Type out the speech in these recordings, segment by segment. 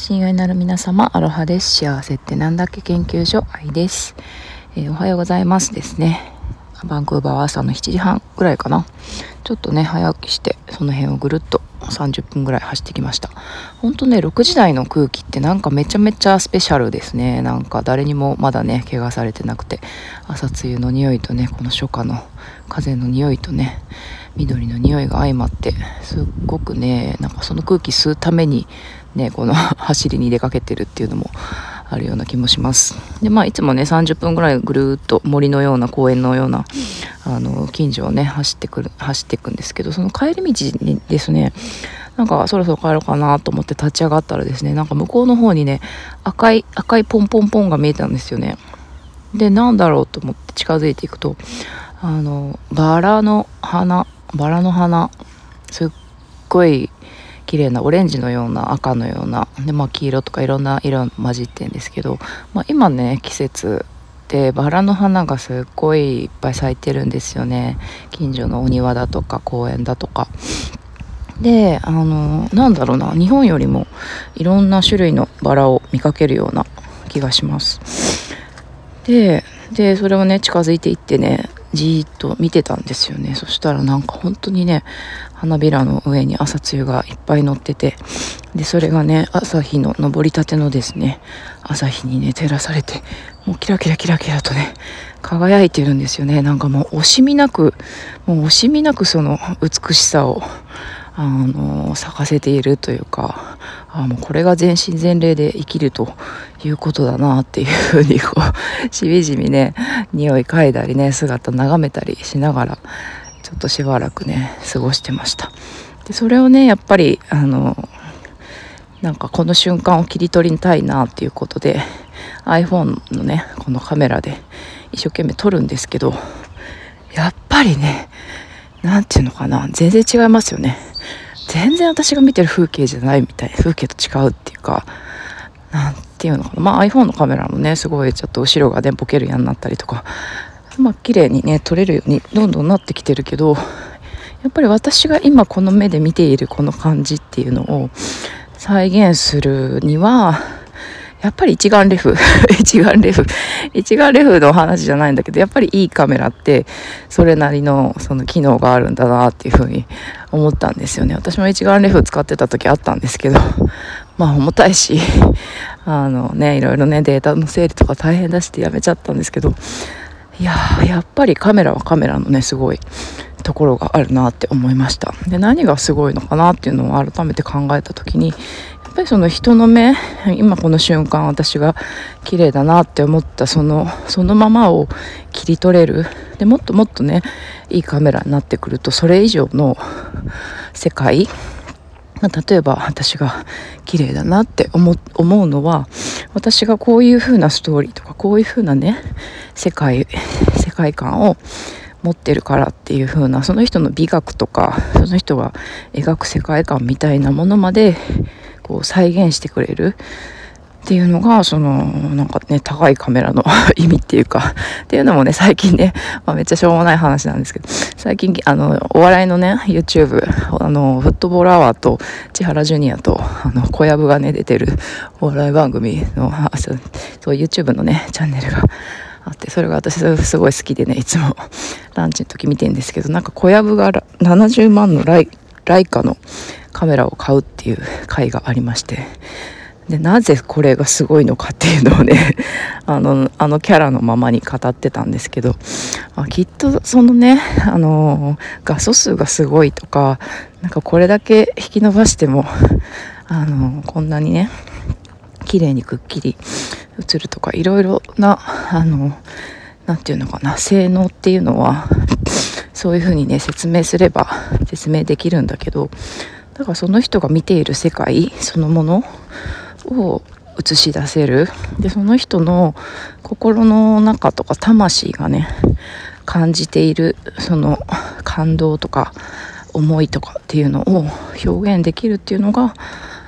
親愛なる皆様、アロハです。幸せってなんだっけ研究所愛です。おはようございますですね。バンクーバーは朝の7時半ぐらいかな。ちょっとね早起きしてその辺をぐるっと30分ぐらい走ってきました。ほんとね、6時台の空気ってなんかめちゃめちゃスペシャルですね。なんか誰にもまだね怪我されてなくて、朝露の匂いとね、この初夏の風の匂いとね、緑の匂いが相まって、すっごくね、なんかその空気吸うためにね、この走りに出かけてるっていうのもあるような気もします。でいつもね30分ぐらいぐるーっと森のような公園のような近所をね走っていくんですけど、その帰り道にですね、なんかそろそろ帰ろうかなと思って立ち上がったらですね、なんか向こうの方にね赤いポンポンポンが見えたんですよね。で、なんだろうと思って近づいていくと、バラの花すっごい綺麗なオレンジのような赤のようなで、黄色とかいろんな色混じってんですけど、今ね季節でバラの花がすっごいいっぱい咲いてるんですよね。近所のお庭だとか公園だとかで、なんだろうな、日本よりもいろんな種類のバラを見かけるような気がします。でそれをね近づいていってね、じーっと見てたんですよね。そしたらなんか本当にね、花びらの上に朝露がいっぱい乗ってて、でそれがね朝日の昇りたてのですね朝日にね照らされて、もうキラキラキラキラとね輝いてるんですよね。なんかもう惜しみなくその美しさを咲かせているというか、もうこれが全身全霊で生きるということだなっていうふうにこうしみじみね匂い嗅いだりね姿眺めたりしながら、ちょっとしばらくね過ごしてました。でそれをねやっぱりなんかこの瞬間を切り取りたいなっていうことで iPhone のねこのカメラで一生懸命撮るんですけど、やっぱりね、なんていうのかな、全然違いますよね。全然私が見てる風景じゃないみたい、風景と違うっていうか、なんていうのかな、iPhone のカメラもねすごいちょっと後ろがねボケるようになったりとか、綺麗にね撮れるようにどんどんなってきてるけど、やっぱり私が今この目で見ているこの感じっていうのを再現するには、やっぱり一眼レフ一眼レフの話じゃないんだけど、やっぱりいいカメラってそれなりのその機能があるんだなっていうふうに思ったんですよね。私も一眼レフ使ってた時あったんですけど、重たいしいろいろねデータの整理とか大変だしってやめちゃったんですけど、やっぱりカメラはカメラのねすごいところがあるなって思いました。で、何がすごいのかなっていうのを改めて考えた時に、やっぱりその人の目、今この瞬間私が綺麗だなって思ったそのままを切り取れる。でもっともっとねいいカメラになってくると、それ以上の世界、例えば私が綺麗だなって思うのは、私がこういう風なストーリーとかこういう風なね世界観を持ってるからっていう風な、その人の美学とかその人が描く世界観みたいなものまでこう再現してくれるっていうのが、そのなんかね高いカメラの意味っていうかっていうのもね、最近ね、めっちゃしょうもない話なんですけど、最近お笑いのね YouTube フットボールアワーと千原ジュニアと小籔がね出てるお笑い番組のそう YouTube のねチャンネルがあって、それが私すごい好きでね、いつもランチの時見てるんですけど、なんか小籔が70万のライカのカメラを買うっていう回がありまして、でなぜこれがすごいのかっていうのをねあのキャラのままに語ってたんですけど、きっとそのね画素数がすごいとか、なんかこれだけ引き伸ばしてもこんなにね綺麗にくっきり映るとか、いろいろななんていうのかな、性能っていうのはそういう風にね説明すれば説明できるんだけど、だからその人が見ている世界そのものを映し出せる。でその人の心の中とか魂がね感じているその感動とか思いとかっていうのを表現できるっていうのが、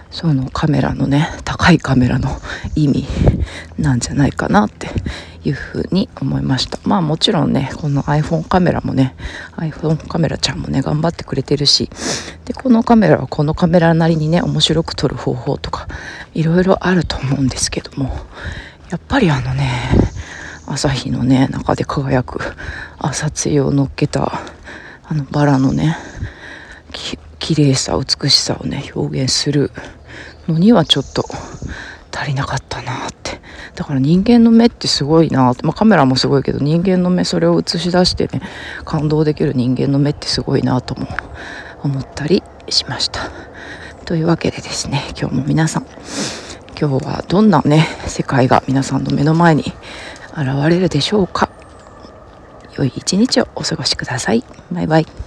そのカメラのね、高いカメラの意味なんじゃないかなっていうふうに思いました。まあもちろんね、この iPhone カメラもね、iPhone カメラちゃんもね頑張ってくれてるし、でこのカメラはこのカメラなりにね面白く撮る方法とかいろいろあると思うんですけども、やっぱり朝日のね中で輝く朝露を乗っけたバラのね綺麗さ美しさをね表現するのにはちょっと足りなかったなって。だから人間の目ってすごいなって、カメラもすごいけど人間の目、それを映し出してね感動できる人間の目ってすごいなとも思ったりしました。というわけでですね、今日も皆さん、今日はどんなね世界が皆さんの目の前に現れるでしょうか。良い一日をお過ごしください。バイバイ。